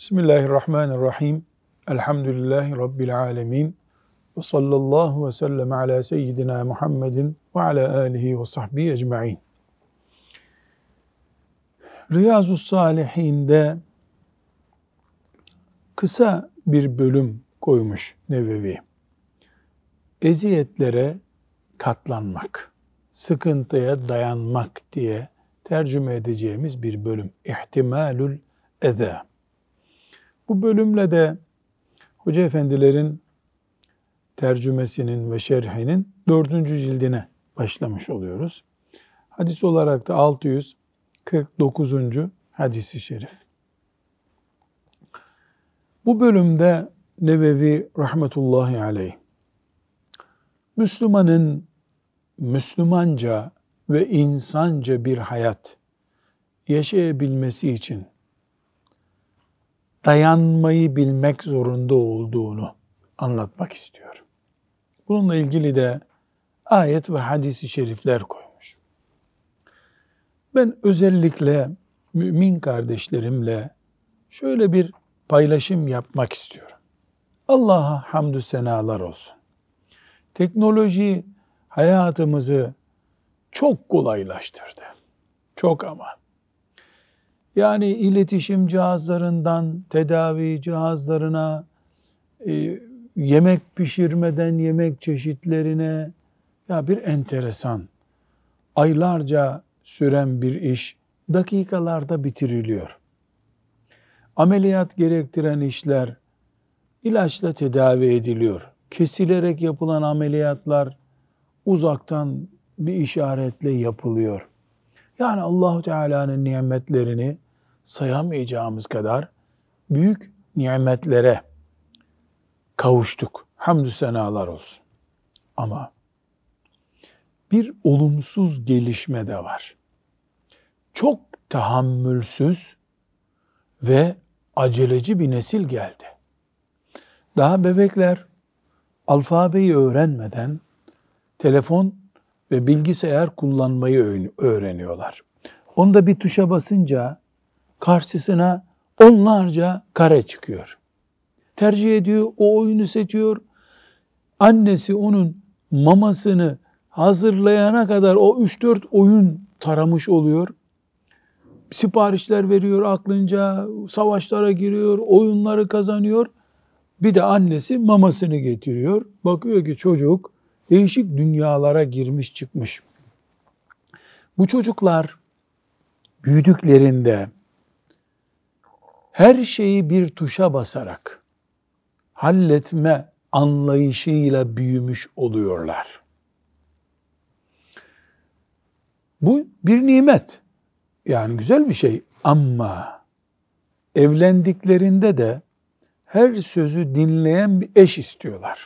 Bismillahirrahmanirrahim. Elhamdülillahi Rabbil alemin. Ve sallallahu ve sellem ala seyyidina Muhammedin ve ala alihi ve sahbihi ecma'in. Riyazu's-Salihin'de kısa bir bölüm koymuş Nevevi. Eziyetlere katlanmak, sıkıntıya dayanmak diye tercüme edeceğimiz bir bölüm. İhtimalul eza. Bu bölümle de Hoca Efendilerin tercümesinin ve şerhinin 4. cildine başlamış oluyoruz. Hadis olarak da 649. hadisi şerif. Bu bölümde Nevevi rahmetullahi aleyh, Müslümanın Müslümanca ve insanca bir hayat yaşayabilmesi için dayanmayı bilmek zorunda olduğunu anlatmak istiyor. Bununla ilgili de ayet ve hadis-i şerifler koymuş. Ben özellikle mümin kardeşlerimle şöyle bir paylaşım yapmak istiyorum. Allah'a hamdü senalar olsun. Teknoloji hayatımızı çok kolaylaştırdı. Çok ama. Yani iletişim cihazlarından tedavi cihazlarına, yemek pişirmeden yemek çeşitlerine, ya bir enteresan, aylarca süren bir iş dakikalarda bitiriliyor. Ameliyat gerektiren işler ilaçla tedavi ediliyor. Kesilerek yapılan ameliyatlar uzaktan bir işaretle yapılıyor. Yani Allah-u Teala'nın nimetlerini sayamayacağımız kadar büyük nimetlere kavuştuk. Hamdü senalar olsun. Ama bir olumsuz gelişme de var. Çok tahammülsüz ve aceleci bir nesil geldi. Daha bebekler alfabeyi öğrenmeden telefon ve bilgisayar kullanmayı öğreniyorlar. Onda bir tuşa basınca karşısına onlarca kare çıkıyor. Tercih ediyor, o oyunu seçiyor. Annesi onun mamasını hazırlayana kadar o 3-4 oyun taramış oluyor. Siparişler veriyor aklınca, savaşlara giriyor, oyunları kazanıyor. Bir de annesi mamasını getiriyor. Bakıyor ki çocuk değişik dünyalara girmiş çıkmış. Bu çocuklar büyüdüklerinde her şeyi bir tuşa basarak halletme anlayışıyla büyümüş oluyorlar. Bu bir nimet. Yani güzel bir şey ama evlendiklerinde de her sözü dinleyen bir eş istiyorlar.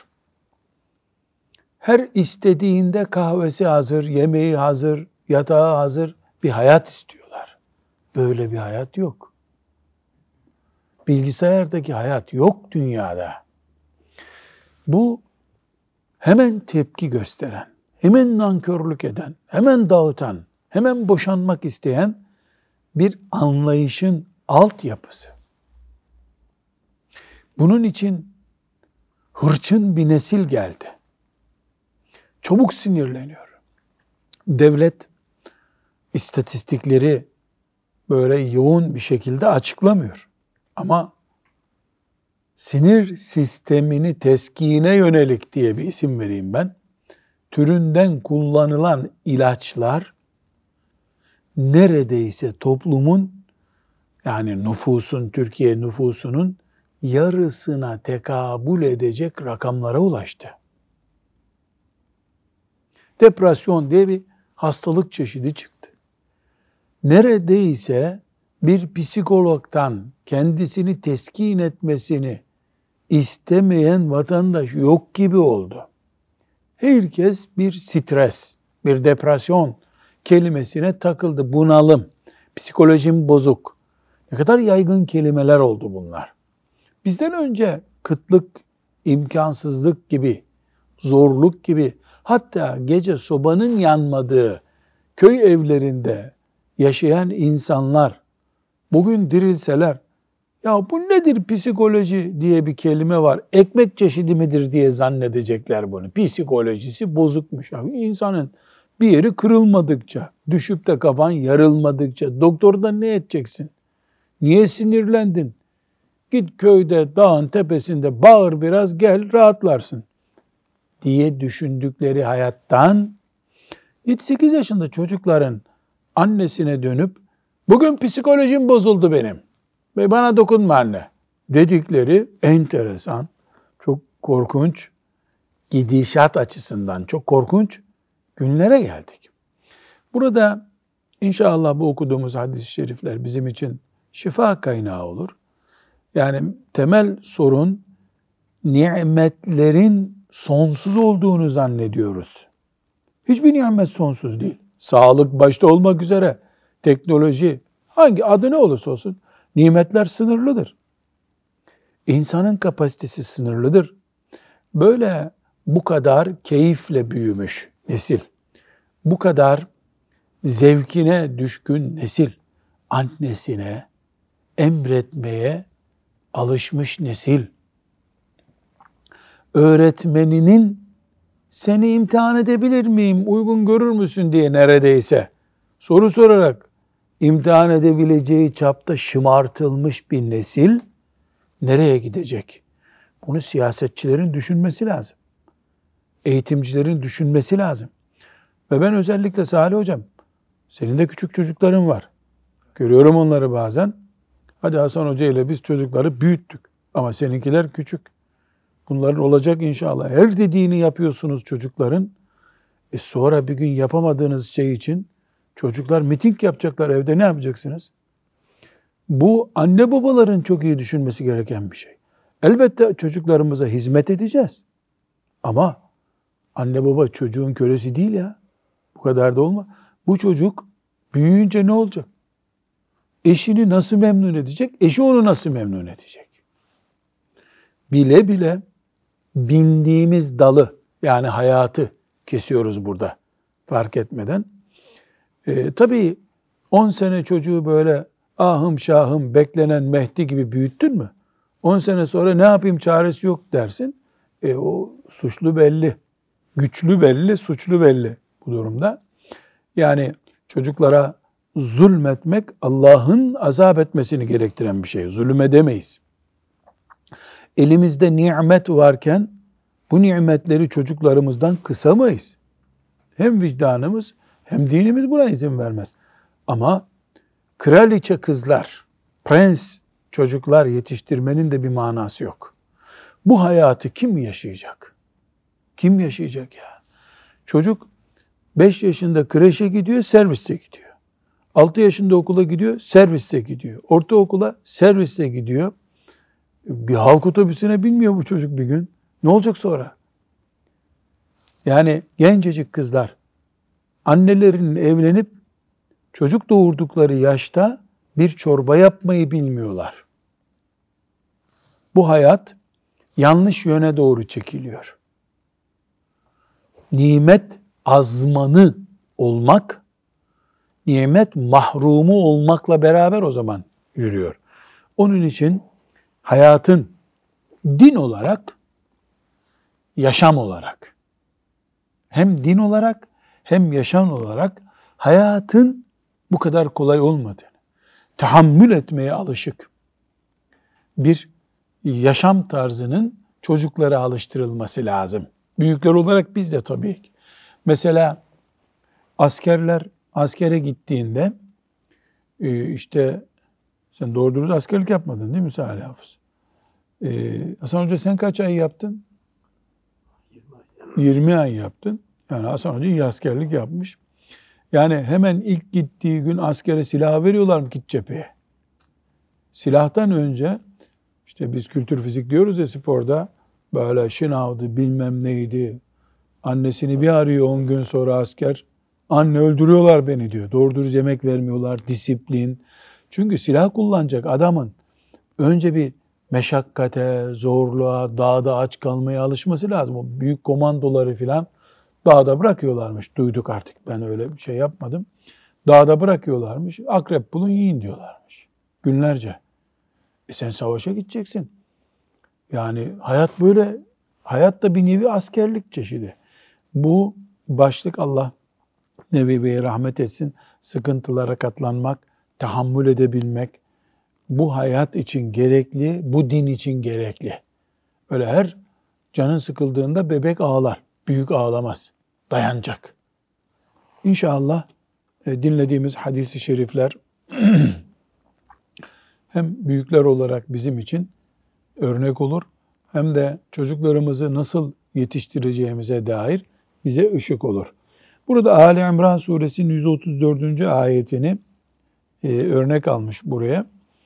Her istediğinde kahvesi hazır, yemeği hazır, yatağı hazır bir hayat istiyorlar. Böyle bir hayat yok. Bilgisayardaki hayat yok dünyada. Bu hemen tepki gösteren, hemen nankörlük eden, hemen dağıtan, hemen boşanmak isteyen bir anlayışın altyapısı. Bunun için hırçın bir nesil geldi. Çabuk sinirleniyor. Devlet istatistikleri böyle yoğun bir şekilde açıklamıyor. Ama sinir sistemini teskine yönelik diye bir isim vereyim ben. Türünden kullanılan ilaçlar neredeyse toplumun, yani nüfusun, Türkiye nüfusunun yarısına tekabül edecek rakamlara ulaştı. Depresyon diye bir hastalık çeşidi çıktı. Neredeyse bir psikologdan kendisini teskin etmesini istemeyen vatandaş yok gibi oldu. Herkes bir stres, bir depresyon kelimesine takıldı. Bunalım, psikolojim bozuk. Ne kadar yaygın kelimeler oldu bunlar. Bizden önce kıtlık, imkansızlık gibi, zorluk gibi, hatta gece sobanın yanmadığı köy evlerinde yaşayan insanlar bugün dirilseler Ya bu nedir psikoloji diye bir kelime var. Ekmek çeşidi midir diye zannedecekler bunu. Psikolojisi bozukmuş. Ya insanın bir yeri kırılmadıkça, düşüp de kafan yarılmadıkça doktordan ne edeceksin? Niye sinirlendin? Git köyde, dağın tepesinde bağır biraz, gel rahatlarsın diye düşündükleri hayattan 7-8 yaşında çocukların annesine dönüp bugün psikolojim bozuldu benim ve bana dokunma anne dedikleri enteresan, çok korkunç, gidişat açısından çok korkunç günlere geldik. Burada inşallah bu okuduğumuz hadis-i şerifler bizim için şifa kaynağı olur. Yani temel sorun nimetlerin sonsuz olduğunu zannediyoruz. Hiçbir nimet sonsuz değil. Sağlık başta olmak üzere teknoloji, hangi adı ne olursa olsun nimetler sınırlıdır. İnsanın kapasitesi sınırlıdır. Böyle bu kadar keyifle büyümüş nesil, bu kadar zevkine düşkün nesil, annesine emretmeye alışmış nesil, öğretmeninin seni imtihan edebilir miyim, uygun görür müsün diye neredeyse soru sorarak imtihan edebileceği çapta şımartılmış bir nesil nereye gidecek? Bunu siyasetçilerin düşünmesi lazım. Eğitimcilerin düşünmesi lazım. Ve ben özellikle Salih Hocam, senin de küçük çocukların var. Görüyorum onları bazen. Hadi Hasan Hoca ile biz çocukları büyüttük. Ama seninkiler küçük. Bunların olacak inşallah. Her dediğini yapıyorsunuz çocukların. Sonra bir gün yapamadığınız şey için çocuklar miting yapacaklar evde, ne yapacaksınız? Bu anne babaların çok iyi düşünmesi gereken bir şey. Elbette çocuklarımıza hizmet edeceğiz. Ama anne baba çocuğun kölesi değil ya. Bu kadar da olma. Bu çocuk büyüyünce ne olacak? Eşini nasıl memnun edecek? Eşi onu nasıl memnun edecek? Bile bile bindiğimiz dalı, yani hayatı kesiyoruz burada fark etmeden. Tabii 10 sene çocuğu böyle ahım şahım beklenen Mehdi gibi büyüttün mü? 10 sene sonra ne yapayım çaresi yok dersin. O suçlu belli, güçlü belli, suçlu belli bu durumda. Yani çocuklara zulmetmek Allah'ın azap etmesini gerektiren bir şey. Zulüm edemeyiz. Elimizde nimet varken bu nimetleri çocuklarımızdan kısamayız. Hem vicdanımız hem dinimiz buna izin vermez. Ama kraliçe kızlar, prens çocuklar yetiştirmenin de bir manası yok. Bu hayatı kim yaşayacak? Kim yaşayacak ya? Çocuk 5 yaşında kreşe gidiyor, serviste gidiyor. 6 yaşında okula gidiyor, serviste gidiyor. Ortaokula serviste gidiyor. Bir halk otobüsüne binmiyor bu çocuk bir gün. Ne olacak sonra? Yani gencecik kızlar annelerinin evlenip çocuk doğurdukları yaşta bir çorba yapmayı bilmiyorlar. Bu hayat yanlış yöne doğru çekiliyor. Nimet azmanı olmak, nimet mahrumu olmakla beraber o zaman yürüyor. Onun için hayatın din olarak, yaşam olarak, hem din olarak hem yaşam olarak hayatın bu kadar kolay olmadığını, tahammül etmeye alışık bir yaşam tarzının çocuklara alıştırılması lazım. Büyükler olarak biz de tabii ki. Mesela askerler askere gittiğinde işte sen doğru dürüst askerlik yapmadın değil mi Salih Hafız? Hasan Hoca sen kaç ay yaptın? 20 ay yaptın. Yani Hasan Hoca iyi askerlik yapmış. Yani hemen ilk gittiği gün askere silah veriyorlar mı, git cepheye? Silahtan önce işte biz kültür fizik diyoruz ya sporda, böyle şınavdı bilmem neydi. Annesini bir arıyor 10 gün sonra asker. Anne öldürüyorlar beni diyor. Doğru dürüst yemek vermiyorlar, disiplin. Çünkü silah kullanacak adamın önce bir meşakkate, zorluğa, dağda aç kalmaya alışması lazım. O büyük komandoları filan dağda bırakıyorlarmış. Duyduk artık. Ben öyle bir şey yapmadım. Dağda bırakıyorlarmış. Akrep bulun yiyin diyorlarmış. Günlerce. Sen savaşa gideceksin. Yani hayat böyle. Hayat da bir nevi askerlik çeşidi. Bu başlık, Allah Nebi Bey'e rahmet etsin, sıkıntılara katlanmak, tahammül edebilmek, bu hayat için gerekli, bu din için gerekli. Öyle her canın sıkıldığında bebek ağlar, büyük ağlamaz, dayanacak. İnşallah dinlediğimiz hadis-i şerifler hem büyükler olarak bizim için örnek olur, hem de çocuklarımızı nasıl yetiştireceğimize dair bize ışık olur. Burada Ali İmran suresinin 134. ayetini örnek almış buraya.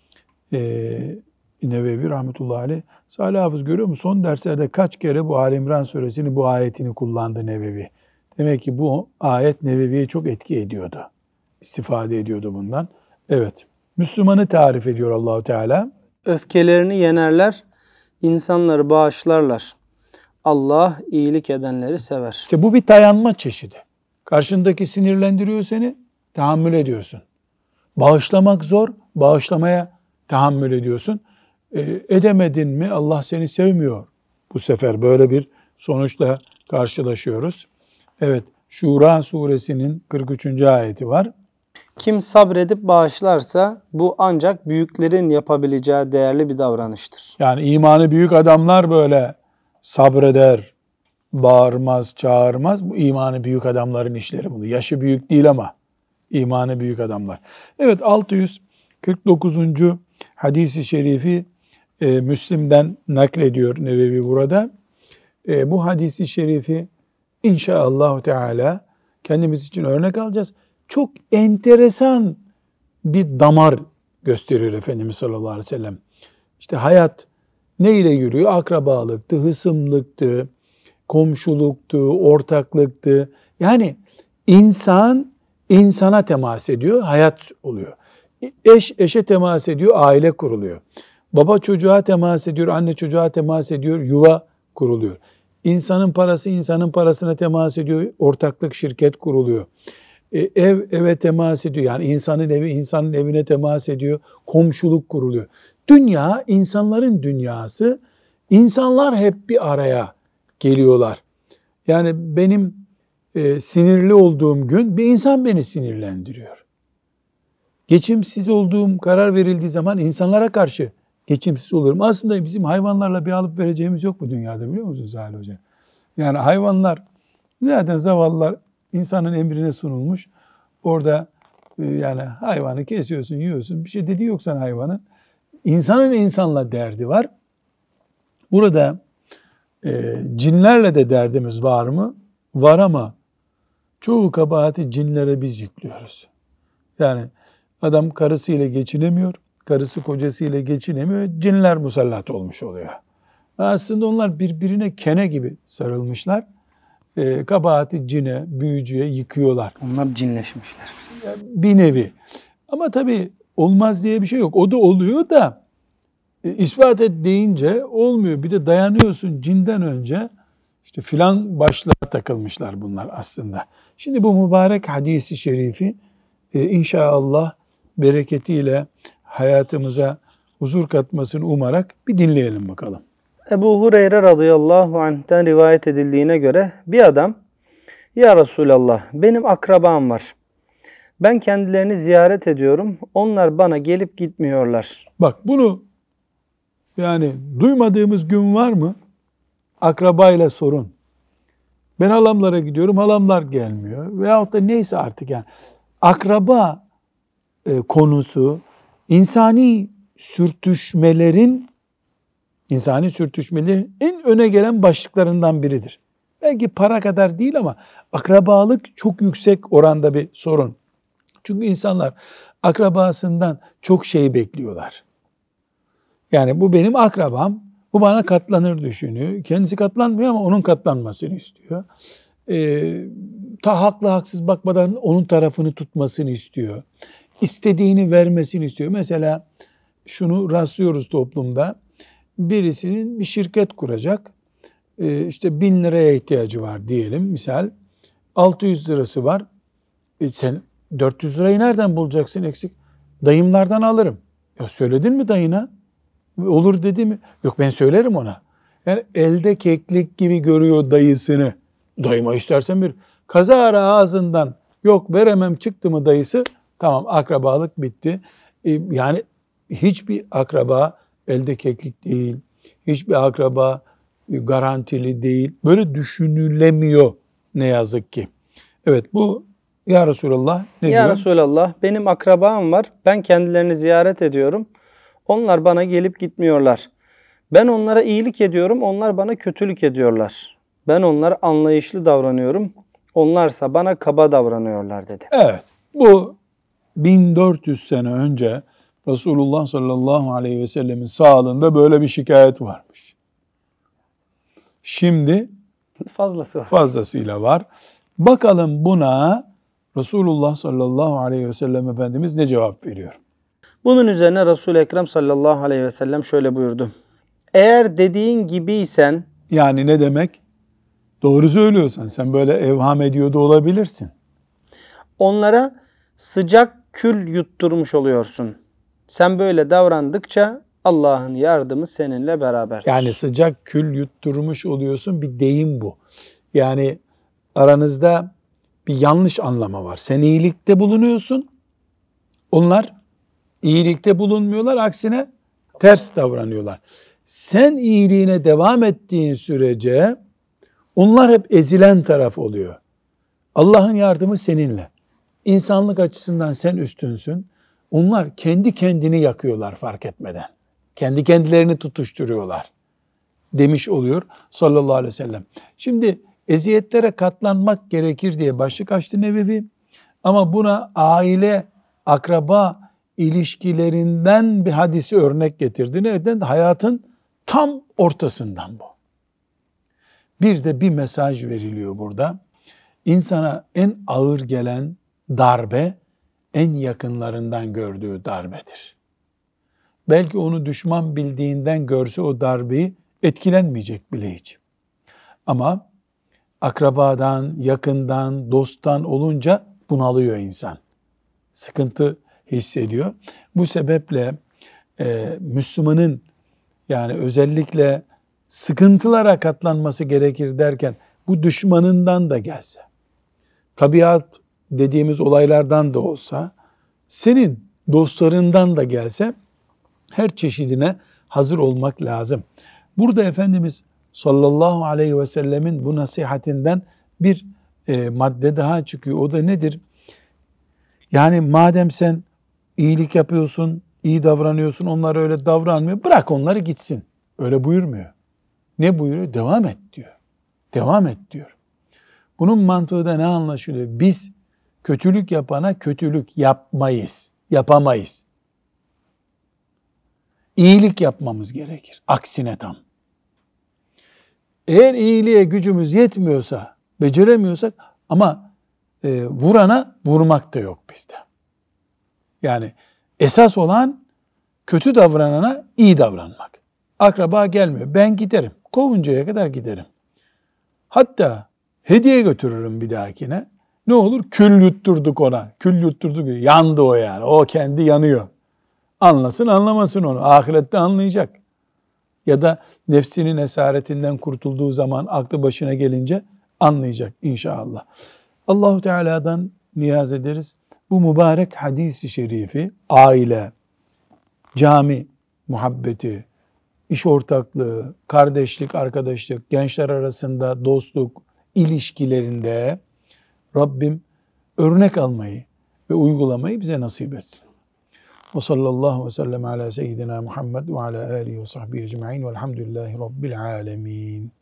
Nevevi rahmetullahi aleyh. Salih Hafız görüyor musun? Son derslerde kaç kere bu Ali İmran suresini, bu ayetini kullandı Nevevi. Demek ki bu ayet Nevevi'ye çok etki ediyordu. İstifade ediyordu bundan. Evet. Müslümanı tarif ediyor Allahu Teala. Öfkelerini yenerler, insanları bağışlarlar. Allah iyilik edenleri sever. İşte bu bir dayanma çeşidi. Karşındaki sinirlendiriyor seni, tahammül ediyorsun. Bağışlamak zor, bağışlamaya tahammül ediyorsun. Edemedin mi Allah seni sevmiyor. Bu sefer böyle bir sonuçla karşılaşıyoruz. Evet, Şura suresinin 43. ayeti var. Kim sabredip bağışlarsa bu ancak büyüklerin yapabileceği değerli bir davranıştır. Yani imanı büyük adamlar böyle sabreder, bağırmaz, çağırmaz. Bu imanı büyük adamların işleri bunu. Yaşı büyük değil ama imanı büyük adamlar. Evet, 649. hadis-i şerifi Müslim'den naklediyor Nevevi burada. Bu hadis-i şerifi inşallah Teala kendimiz için örnek alacağız. Çok enteresan bir damar gösteriyor Efendimiz sallallahu aleyhi ve sellem. İşte hayat ne ile yürüyor? Akrabalıktı, hısımlıktı, komşuluktu, ortaklıktı. Yani insan insana temas ediyor, hayat oluyor. Eş eşe temas ediyor, aile kuruluyor. Baba çocuğa temas ediyor, anne çocuğa temas ediyor, yuva kuruluyor. İnsanın parası insanın parasına temas ediyor, ortaklık, şirket kuruluyor. Ev eve temas ediyor. Yani insanın evi insanın evine temas ediyor, komşuluk kuruluyor. Dünya, insanların dünyası. İnsanlar hep bir araya geliyorlar. Yani benim sinirli olduğum gün bir insan beni sinirlendiriyor. Geçimsiz olduğum karar verildiği zaman insanlara karşı geçimsiz olurum. Aslında bizim hayvanlarla bir alıp vereceğimiz yok bu dünyada, biliyor musunuz Salih Hoca? Yani hayvanlar zaten zavallılar insanın emrine sunulmuş. Orada yani hayvanı kesiyorsun, yiyorsun. Bir şey dediği yok sana hayvanın. İnsanın insanla derdi var. Burada cinlerle de derdimiz var mı? Var ama çoğu kabahati cinlere biz yüklüyoruz. Yani adam karısıyla geçinemiyor, karısı kocasıyla geçinemiyor, cinler musallat olmuş oluyor. Aslında onlar birbirine kene gibi sarılmışlar. Kabahati cine, büyücüye yıkıyorlar. Onlar cinleşmişler. Bir nevi. Ama tabii olmaz diye bir şey yok. O da oluyor da ispat et deyince olmuyor. Bir de dayanıyorsun cinden önce. İşte filan başlığa takılmışlar bunlar aslında. Şimdi bu mübarek hadisi şerifi inşallah bereketiyle hayatımıza huzur katmasını umarak bir dinleyelim bakalım. Ebu Hureyre radıyallahu anh'ten rivayet edildiğine göre bir adam, "Ya Resulallah, benim akrabam var. Ben kendilerini ziyaret ediyorum. Onlar bana gelip gitmiyorlar." Bak bunu yani duymadığımız gün var mı? Akrabayla sorun. Ben halamlara gidiyorum, halamlar gelmiyor. Veyahut da neyse artık yani. Akraba konusu insani sürtüşmelerin en öne gelen başlıklarından biridir. Belki para kadar değil ama akrabalık çok yüksek oranda bir sorun. Çünkü insanlar akrabasından çok şey bekliyorlar. Yani bu benim akrabam, bu bana katlanır düşünüyor. Kendisi katlanmıyor ama onun katlanmasını istiyor. Haklı haksız bakmadan onun tarafını tutmasını istiyor. İstediğini vermesini istiyor. Mesela şunu rastlıyoruz toplumda. Birisinin bir şirket kuracak. İşte 1000 liraya ihtiyacı var diyelim misal. 600 lirası var. Sen 400 lirayı nereden bulacaksın eksik? Dayımlardan alırım. Ya söyledin mi dayına? Olur dedi mi? Yok, ben söylerim ona. Yani elde keklik gibi görüyor dayısını. Dayıma istersen bir kazara ağzından yok veremem çıktı mı dayısı, tamam, akrabalık bitti. Yani hiçbir akraba elde keklik değil. Hiçbir akraba garantili değil. Böyle düşünülemiyor ne yazık ki. Evet, bu ya Resulallah ne Ya diyor? Resulallah, benim akrabam var. Ben kendilerini ziyaret ediyorum. Onlar bana gelip gitmiyorlar. Ben onlara iyilik ediyorum. Onlar bana kötülük ediyorlar. Ben onlara anlayışlı davranıyorum. Onlarsa bana kaba davranıyorlar dedi. Evet, bu 1400 sene önce Resulullah sallallahu aleyhi ve sellemin sağlığında böyle bir şikayet varmış. Şimdi Fazlası var. fazlasıyla var. Bakalım buna Resulullah sallallahu aleyhi ve sellem Efendimiz ne cevap veriyor? Bunun üzerine Resul-i Ekrem sallallahu aleyhi ve sellem şöyle buyurdu. Eğer dediğin gibiysen, Yani ne demek? Doğru söylüyorsan, sen böyle evham ediyor da olabilirsin. onlara sıcak kül yutturmuş oluyorsun. Sen böyle davrandıkça Allah'ın yardımı seninle beraberdir. Yani sıcak kül yutturmuş oluyorsun, bir deyim bu. Yani aranızda bir yanlış anlama var. Sen iyilikte bulunuyorsun, onlar iyilikte bulunmuyorlar, aksine ters davranıyorlar. Sen iyiliğine devam ettiğin sürece onlar hep ezilen taraf oluyor. Allah'ın yardımı seninle. İnsanlık açısından sen üstünsün. Onlar kendi kendini yakıyorlar fark etmeden. Kendi kendilerini tutuşturuyorlar demiş oluyor sallallahu aleyhi ve sellem. Şimdi eziyetlere katlanmak gerekir diye başlık açtı Nevevi. Ama buna aile, akraba ilişkilerinden bir hadisi örnek getirdi. Neden? Hayatın tam ortasından bu. Bir de bir mesaj veriliyor burada. İnsana en ağır gelen darbe, en yakınlarından gördüğü darbedir. Belki onu düşman bildiğinden görse o darbeyi etkilenmeyecek bile hiç. Ama akrabadan, yakından, dosttan olunca bunalıyor insan. Sıkıntı hissediyor. Bu sebeple Müslümanın yani özellikle sıkıntılara katlanması gerekir derken bu düşmanından da gelse, tabiat dediğimiz olaylardan da olsa, senin dostlarından da gelse her çeşidine hazır olmak lazım. Burada Efendimiz sallallahu aleyhi ve sellemin bu nasihatinden bir madde daha çıkıyor. O da nedir? Yani madem sen iyilik yapıyorsun, iyi davranıyorsun, onlar öyle davranmıyor, bırak onları gitsin. Öyle buyurmuyor. Ne buyuruyor? Devam et diyor. Devam et diyor. Bunun mantığı da ne anlaşılıyor? Biz kötülük yapana kötülük yapmayız, yapamayız. İyilik yapmamız gerekir. Aksine tam. Eğer iyiliğe gücümüz yetmiyorsa, beceremiyorsak ama vurana vurmak da yok bizde. Yani esas olan kötü davranana iyi davranmak. Akraba gelmiyor. Ben giderim. Kovuncaya kadar giderim. Hatta hediye götürürüm bir dahakine. Ne olur? Kül yutturduk ona. Kül yutturduk. Yandı o yani. O kendi yanıyor. Anlasın anlamasın onu. Ahirette anlayacak. Ya da nefsinin esaretinden kurtulduğu zaman aklı başına gelince anlayacak inşallah. Allahu Teala'dan niyaz ederiz. Bu mübarek hadis-i şerifi aile, cami muhabbeti, iş ortaklığı, kardeşlik, arkadaşlık, gençler arasında dostluk ilişkilerinde Rabbim örnek almayı ve uygulamayı bize nasip etsin. Ve sallallahu ve sellem ala seyyidina Muhammed ve ala alihi ve sahbihi ecma'in velhamdülillahi rabbil alemin.